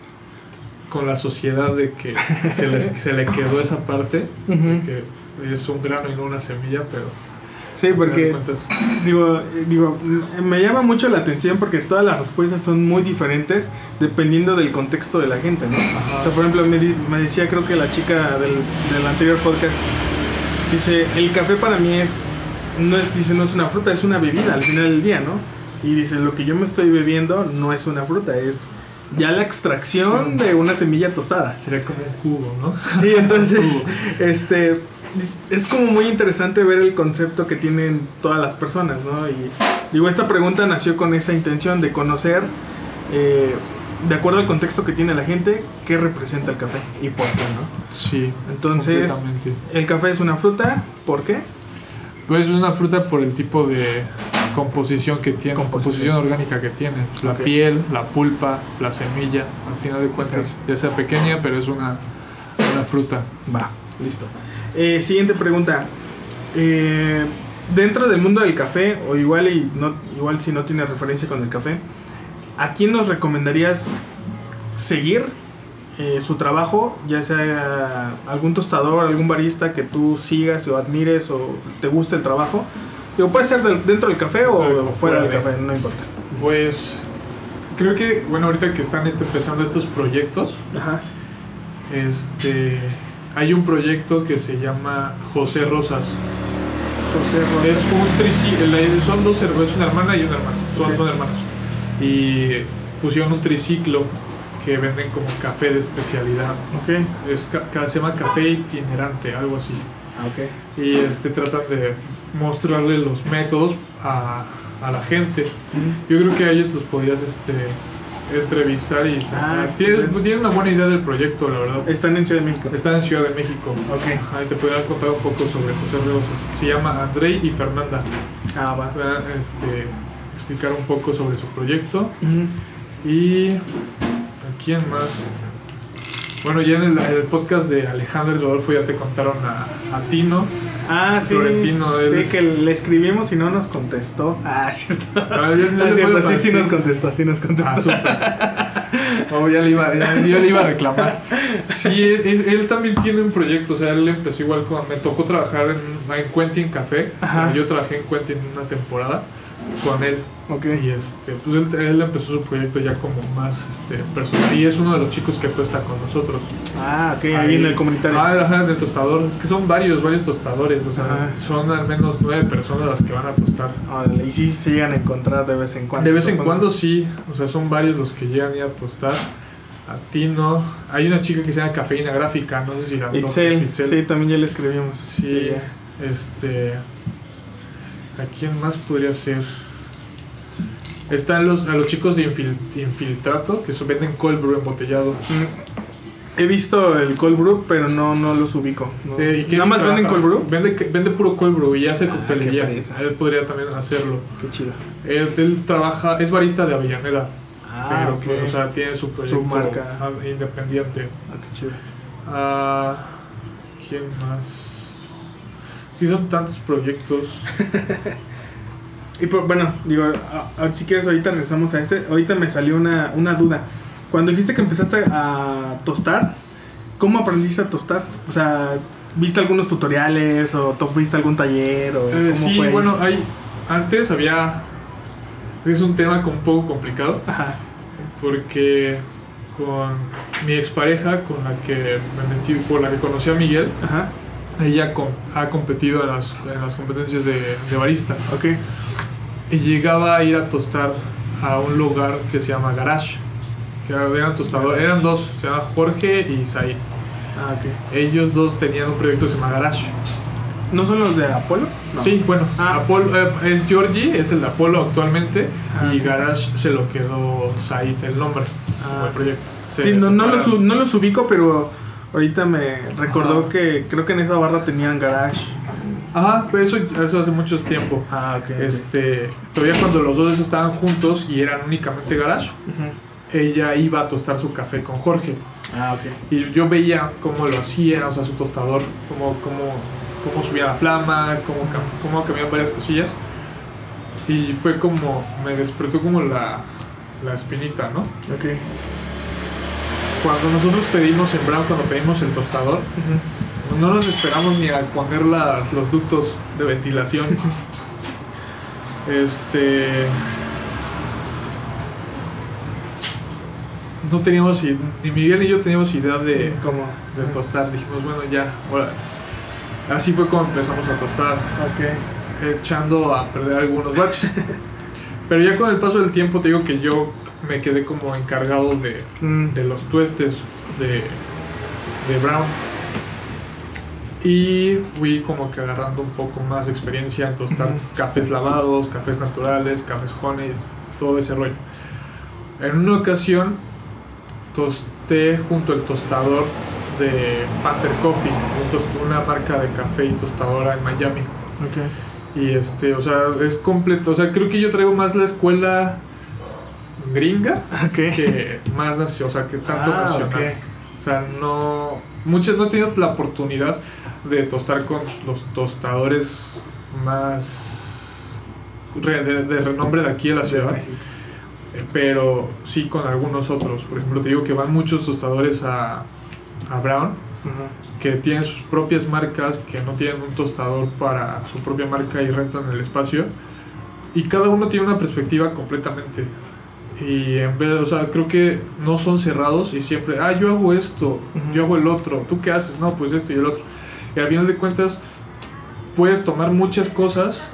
con la sociedad de que se, les, se le quedó esa parte, uh-huh. que es un grano y no una semilla, pero sí, porque digo, digo, me llama mucho la atención porque todas las respuestas son muy diferentes dependiendo del contexto de la gente, ¿no? Ajá. O sea, por ejemplo, me, di, me decía, creo que la chica del, del anterior podcast, dice, el café para mí es, no es, dice, no es una fruta, es una bebida al final del día, ¿no? Y dice, lo que yo me estoy bebiendo no es una fruta, es ya la extracción de una semilla tostada. Sería como un jugo, ¿no? Sí, entonces, este, es como muy interesante ver el concepto que tienen todas las personas, ¿no? Y digo, esta pregunta nació con esa intención de conocer, eh, de acuerdo al contexto que tiene la gente, qué representa el café y por qué, ¿no? Sí. Entonces, el café es una fruta, ¿por qué? Pues es una fruta por el tipo de composición que tiene, composición, composición orgánica que tiene, la okay. piel, la pulpa, la semilla, al final de cuentas, okay. ya sea pequeña, pero es una, una fruta. Va, listo. Eh, siguiente pregunta. Eh, dentro del mundo del café, o igual y no, igual si no tiene referencia con el café, ¿a quién nos recomendarías seguir eh, su trabajo? Ya sea algún tostador, algún barista que tú sigas o admires o te guste el trabajo. Digo, puede ser del, dentro del café o fuera, fuera del café, no importa. Pues creo que, bueno, ahorita que están este, empezando estos proyectos, ajá. este hay un proyecto que se llama José Rosas. José Rosas. Es un triciclo, son dos hermanos, es una hermana y un hermano, son, okay. son hermanos. Y pusieron un triciclo que venden como café de especialidad. Okay. Es, se llama café itinerante, algo así. Okay. Y este tratan de mostrarle los métodos a, a la gente. Mm. Yo creo que a ellos los podrías este, entrevistar y ah, tienen, tienen una buena idea del proyecto, la verdad. Están en Ciudad de México. Están en Ciudad de México. Okay. Ajá, y te podrían contar un poco sobre José Rosas. Se llama Andrei y Fernanda. Ah, va. Este, explicar un poco sobre su proyecto. Mm. Y ¿a quién más? Bueno, ya en el, el podcast de Alejandro y Rodolfo ya te contaron a, a Tino. Ah, sí. Tino, sí, es... que le escribimos y no nos contestó. Ah, cierto. Ah, ya, ya ah, cierto, sí, sí nos contestó, sí nos contestó. Ah, súper. Oh, ya le iba, ya, yo le iba a reclamar. Sí, él, él también tiene un proyecto, o sea, él empezó igual con... Me tocó trabajar en, en Quentin Café. Ajá. Yo trabajé en Quentin una temporada con él. Okay. Y este, pues él, él empezó su proyecto ya como más este, personal. Y es uno de los chicos que está con nosotros. Ah, ok, ahí, ahí en el comunitario. Ah, ajá, en el tostador. Es que son varios, varios tostadores. O sea, ajá. son al menos nueve personas las que van a tostar. Ah, y sí se llegan a encontrar de vez en cuando. De vez en cuando sí. O sea, son varios los que llegan a tostar. A Tino. Hay una chica que se llama Cafeína Gráfica. No sé si la Itzel. Sí, también ya le escribimos. Sí, este. ¿A quién más podría ser? Están los, a los chicos de infil, Infiltrato, que son, venden cold brew embotellado. Mm. He visto el cold brew, pero no, no los ubico. No. Sí, ¿y ¿Nada más trabaja? ¿Venden cold brew? Vende, vende puro cold brew y hace coctelería. Ah, él podría también hacerlo. Qué chido. Él, él trabaja, es barista de Avellaneda. Ah, pero okay. pues, o sea, tiene su proyecto su marca independiente. Ah, qué chido. Ah, ¿quién más? Aquí son tantos proyectos. Y por, bueno, digo, a, a, si quieres ahorita regresamos a ese. Ahorita me salió una, una duda. Cuando dijiste que empezaste a tostar, ¿cómo aprendiste a tostar? O sea, ¿viste algunos tutoriales o tú fuiste a algún taller? O eh, cómo sí, fue? bueno, hay, antes había... Es un tema un poco complicado. Ajá. Porque con mi expareja, con la que me metí, por la que conocí a Miguel, Ajá. ella com- ha competido en las, en las competencias de, de barista. Ok. Y llegaba a ir a tostar a un lugar que se llama Garage. Que eran tostadores, eran dos, se llama Jorge y Said. Ah, ok. Ellos dos tenían un proyecto que se llama Garage. ¿No son los de Apolo? No. Sí, bueno, Ah. Apolo, eh, es Georgie, es el de Apolo actualmente, Ah, y ok. Garage se lo quedó Said el nombre, Ah, como el ok. proyecto. Se Sí, no, no, los, separaron. u- no los ubico, pero ahorita me recordó Ajá. que creo que en esa barra tenían garage. Ajá, pero eso, eso hace mucho tiempo. Ah, ok. Este, todavía cuando los dos estaban juntos y eran únicamente Garage, Ujú. ella iba a tostar su café con Jorge. Ah, ok. Y yo veía cómo lo hacía, o sea, su tostador, cómo, cómo, cómo subía la flama, cómo, cam- cómo cambiaban varias cosillas. Y fue como, me despertó como la, la espinita, ¿no? Ok. Cuando nosotros pedimos en Brown, cuando pedimos el tostador, Ujú. no nos esperamos ni a poner las, los ductos de ventilación. Este... No teníamos, i- ni Miguel ni yo teníamos idea de, ¿Cómo? de tostar. Dijimos, bueno, ya, ahora. Así fue como empezamos a tostar, Ok. echando a perder algunos baches. Pero ya con el paso del tiempo te digo que yo me quedé como encargado de, Mm. de los tuestes de, de Brown. Y fui como que agarrando un poco más de experiencia en tostar Ujú. cafés lavados, cafés naturales, cafés honey, todo ese rollo. En una ocasión tosté junto al tostador de Panther Coffee, un tos- una marca de café y tostadora en Miami. Ok. Y este, o sea, es completo. O sea, creo que yo traigo más la escuela gringa Ok. que más nacional, o sea, que tanto Ah, nacional. ok. O sea, no. Muchas no he tenido la oportunidad de tostar con los tostadores más re- de, de renombre de aquí de la ciudad, eh, pero sí con algunos otros. Por ejemplo, te digo que van muchos tostadores a, a Brown Ujú. que tienen sus propias marcas, que no tienen un tostador para su propia marca y rentan el espacio. Y cada uno tiene una perspectiva completamente. Y en vez, o sea, creo que no son cerrados y siempre, ah, yo hago esto, Ujú. yo hago el otro, ¿tú qué haces? No, pues esto y el otro. Y al final de cuentas, puedes tomar muchas cosas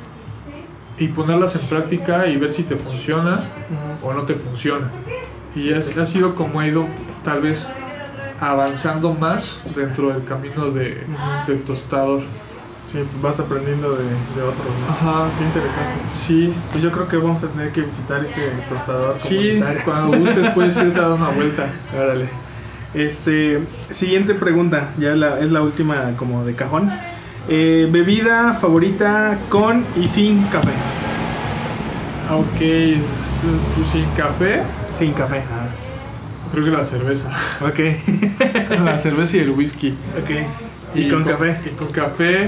y ponerlas en práctica y ver si te funciona Ujú. o no te funciona. Y es, ha sido como ha ido tal vez avanzando más dentro del camino de, Ujú. del tostador. Sí, pues vas aprendiendo de, de otros, ¿no? Ajá, Qué interesante. sí, Pues yo creo que vamos a tener que visitar ese tostador sí, comunitario. cuando gustes puedes irte a dar una vuelta. Órale. Este, siguiente pregunta, ya la, es la última como de cajón. Eh, bebida favorita con y sin café. Ok, es- pues sin café, Sin café. Ah, creo que la cerveza. ok. La cerveza y el whisky. Ok. ¿Y, con, café? Y con café,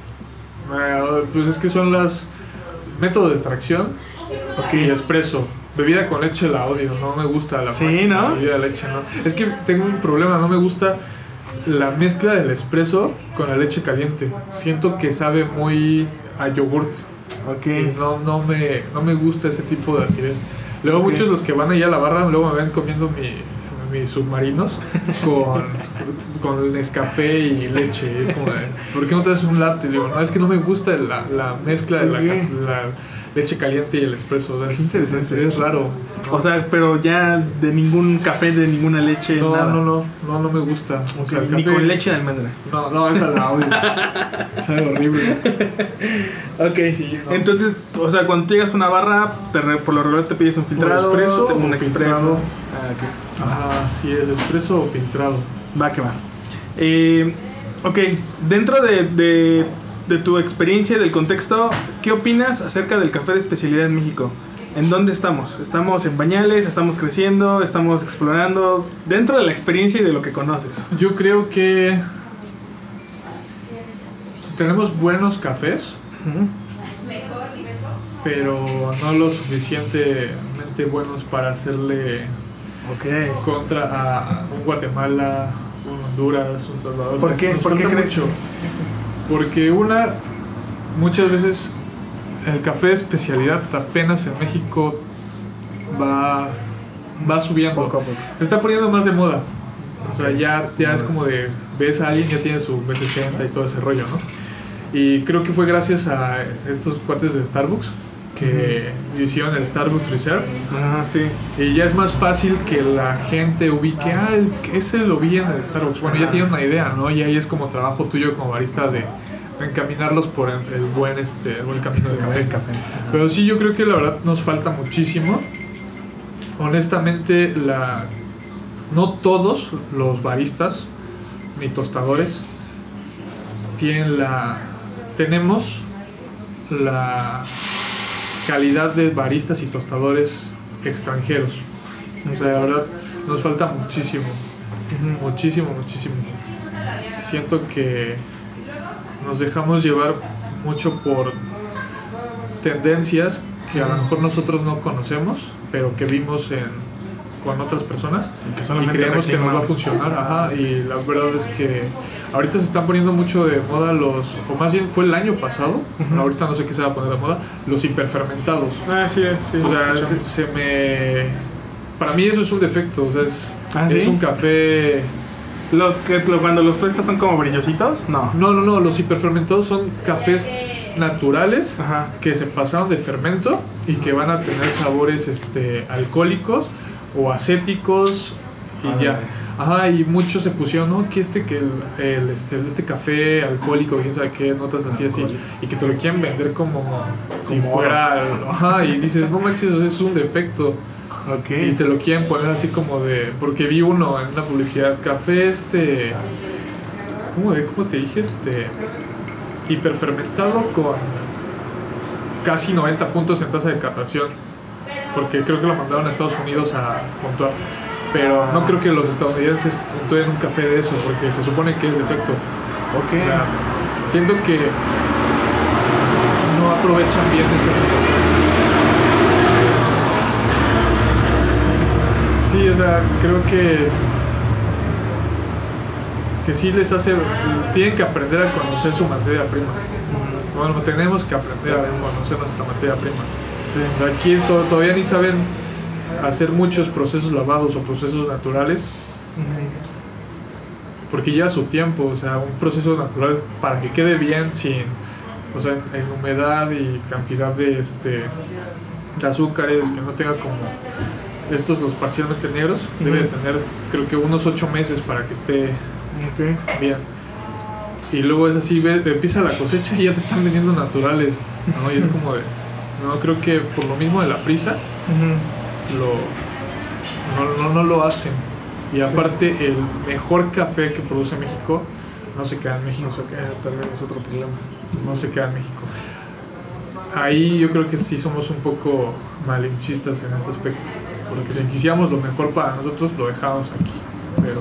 eh, pues es que son las método de extracción Ok. y espresso. Bebida con leche la odio, no me gusta la Sí, máquina ¿no? de bebida de leche, no. Es que tengo un problema, no me gusta la mezcla del espresso con la leche caliente. Siento que sabe muy a yogurt. Ok. Y no, no, me, no me gusta ese tipo de acidez. Luego Ok. muchos los que van allá a la barra, luego me ven comiendo mi, mis submarinos con, con Nescafé y leche. Es como de, ¿por qué no te haces un latte? Le digo, no, es que no me gusta la, la mezcla de la, Ok. ca- la leche caliente y el espresso. Es, Qué interesante. Es, es raro. ¿no? O sea, pero ya de ningún café, de ninguna leche, no, nada. no, no, no, no me gusta. O Ok, sea, el ni café- con leche de almendra. No, no, esa la odio. Sabe horrible. Ok, Sí, no. entonces, o sea, cuando llegas a una barra, te re- por lo regular te pides un filtrado, expreso te- o un filtrado. expreso. Ah, ok. Ajá, sí, es espresso o filtrado. Va que va. Eh, ok, dentro de, de, de tu experiencia y del contexto, ¿qué opinas acerca del café de especialidad en México? ¿En dónde estamos? ¿Estamos en pañales? ¿Estamos creciendo? ¿Estamos explorando? Dentro de la experiencia y de lo que conoces. Yo creo que tenemos buenos cafés, Ujú. pero no lo suficientemente buenos para hacerle Okay. Contra a un Guatemala, un Honduras, un Salvador. ¿Por qué? Nos ¿Por qué falta crees? mucho. Porque una, muchas veces el café de especialidad apenas en México va, va subiendo. Poco a poco. Se está poniendo más de moda. O sea, ya, ya es como de, ves a alguien, ya tiene su B sesenta y todo ese rollo, ¿no? Y creo que fue gracias a estos cuates de Starbucks que uh-huh. hicieron el Starbucks Reserve. Ah, sí. Y ya es más fácil que la gente ubique, ah, el, ese lo vi en el Starbucks. Bueno, uh-huh. ya tiene una idea, ¿no? Y ahí es como trabajo tuyo como barista de encaminarlos por el, el buen este el buen camino del café. café. Uh-huh. Pero sí, yo creo que la verdad nos falta muchísimo. Honestamente, la no todos los baristas ni tostadores tienen la tenemos la calidad de baristas y tostadores extranjeros. O sea, la verdad nos falta muchísimo, uh-huh. muchísimo, muchísimo. Siento que nos dejamos llevar mucho por tendencias que a lo mejor nosotros no conocemos, pero que vimos en con otras personas y, y creemos que nos va a funcionar. Ajá, y la verdad es que ahorita se están poniendo mucho de moda los, o más bien fue el año pasado, uh-huh. ahorita no sé qué se va a poner de moda, los hiperfermentados. Ah, sí, sí. O sea, se, se me... Para mí eso es un defecto, o sea, es, ¿Ah, es sí? un café... Los que cuando los tuestas son como brillositos, no. No, no, no, los hiperfermentados son cafés naturales, ajá. que se pasaron de fermento y que van a tener sabores este alcohólicos o acéticos y ah, ya. Ajá, y muchos se pusieron, no, que este que el, el este este café alcohólico, quién sabe qué, notas así así, y que te lo quieren vender como, como si fuera, ajá, y dices, no manches, eso es un defecto. Okay. Y te lo quieren poner así como de, porque vi uno en una publicidad, café este ¿cómo de cómo te dije? Este hiperfermentado con casi noventa puntos en tasa de catación. Porque creo que lo mandaron a Estados Unidos a puntuar. Pero no creo que los estadounidenses puntúen un café de eso, porque se supone que es defecto. Ok. O sea, siento que no aprovechan bien esa situación. Sí, o sea, creo que que sí les hace... Tienen que aprender a conocer su materia prima. Bueno, tenemos que aprender a conocer nuestra materia prima. Sí. Aquí to- todavía ni saben hacer muchos procesos lavados o procesos naturales, uh-huh. porque lleva su tiempo. O sea, un proceso natural para que quede bien sin, o sea, en, en humedad y cantidad de este de azúcares, que no tenga como estos los parcialmente negros, uh-huh. debe de tener creo que unos ocho meses para que esté okay. bien. Y luego es así, ve, empieza la cosecha y ya te están vendiendo naturales, ¿no? Y es como de, no, creo que por lo mismo de la prisa, uh-huh. lo, no, no, no lo hacen. Y aparte, sí. el mejor café que produce México no se queda en México. No se queda, también es otro problema. No se queda en México. Ahí yo creo que sí somos un poco malinchistas en ese aspecto. Porque sí. si quisiéramos lo mejor para nosotros, lo dejamos aquí. Pero,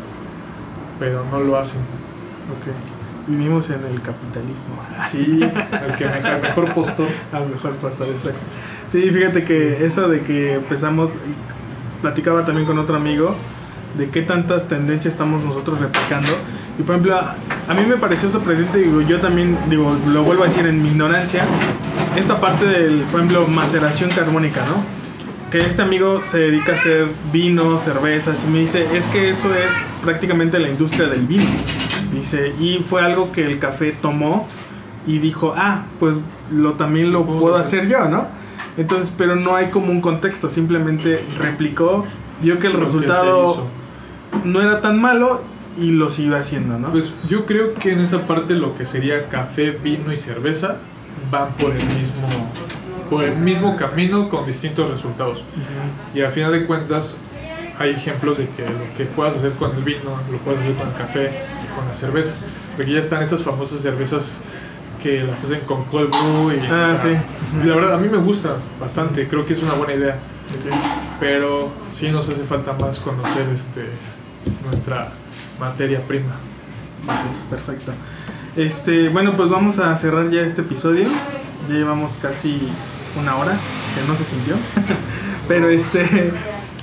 pero no lo hacen. Ok. Vivimos en el capitalismo. Sí, el que mejor, mejor postor. Al mejor postor, exacto. Sí, fíjate sí. que eso de que empezamos, platicaba también con otro amigo, de qué tantas tendencias estamos nosotros replicando. Y por ejemplo, a, a mí me pareció sorprendente, digo, yo también, digo, lo vuelvo a decir en mi ignorancia, esta parte del, por ejemplo, maceración carbónica, ¿no? Que este amigo se dedica a hacer vino, cervezas, y me dice, es que eso es prácticamente la industria del vino. Dice, y fue algo que el café tomó y dijo, ah, pues lo también lo puedo hacer yo, ¿no? Entonces, pero no hay como un contexto, simplemente replicó, vio que el resultado no era tan malo y lo siguió haciendo, ¿no? Pues yo creo que en esa parte lo que sería café, vino y cerveza van por el mismo, por el mismo camino con distintos resultados. Uh-huh. Y al final de cuentas hay ejemplos de que lo que puedas hacer con el vino lo puedes hacer con el café y con la cerveza, porque ya están estas famosas cervezas que las hacen con cold brew y, ah, o sea, sí. y la verdad a mí me gusta bastante, creo que es una buena idea. Okay. Pero sí nos hace falta más conocer este nuestra materia prima. Okay, perfecto. Este, bueno, pues vamos a cerrar ya este episodio. Ya llevamos casi una hora, que no se sintió. Pero este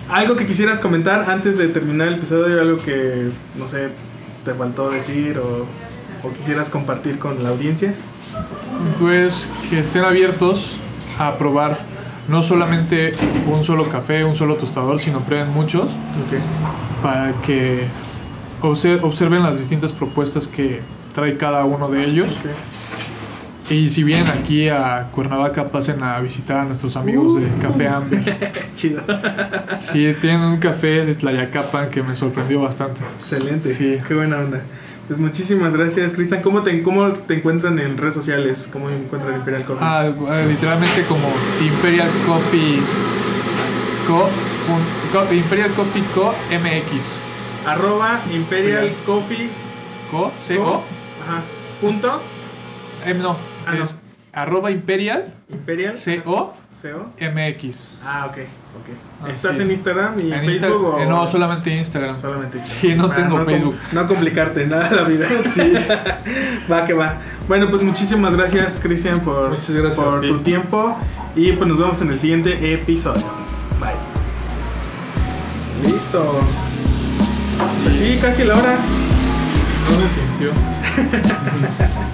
¿Algo que quisieras comentar antes de terminar el episodio? ¿Algo que, no sé, te faltó decir o, o quisieras compartir con la audiencia? Pues que estén abiertos a probar no solamente un solo café, un solo tostador, sino prueben muchos, Okay. para que obser- observen las distintas propuestas que trae cada uno de ellos. Okay. Y si vienen aquí a Cuernavaca, pasen a visitar a nuestros amigos Uh. de Café Amber. Chido. Sí, tienen un café de Tlayacapan que me sorprendió bastante. Excelente. Sí. Qué buena onda. Pues muchísimas gracias, Cristian. ¿Cómo te, ¿Cómo te encuentran en redes sociales? ¿Cómo encuentran Imperial Coffee? Ah, eh, literalmente como Imperial Coffee Co, un- Co- Imperial Coffee Co M X. Arroba Imperial Coffee Co, C Co. O. Ajá. Punto. Eh, no, Ah, es arroba Imperial Imperial C O C O. M X. Ah, ok, ok. Así ¿Estás es. en Instagram y en, En Insta- Facebook? o... eh, no, solamente Instagram. Solamente Sí, no tengo com- Facebook. No complicarte nada la vida. Sí. Va que va. Bueno, pues muchísimas gracias, Cristian, por, Muchas gracias por a ti. tu tiempo. Y pues nos vemos en el siguiente episodio. Bye. Listo. Pues sí, casi la hora. No se sintió.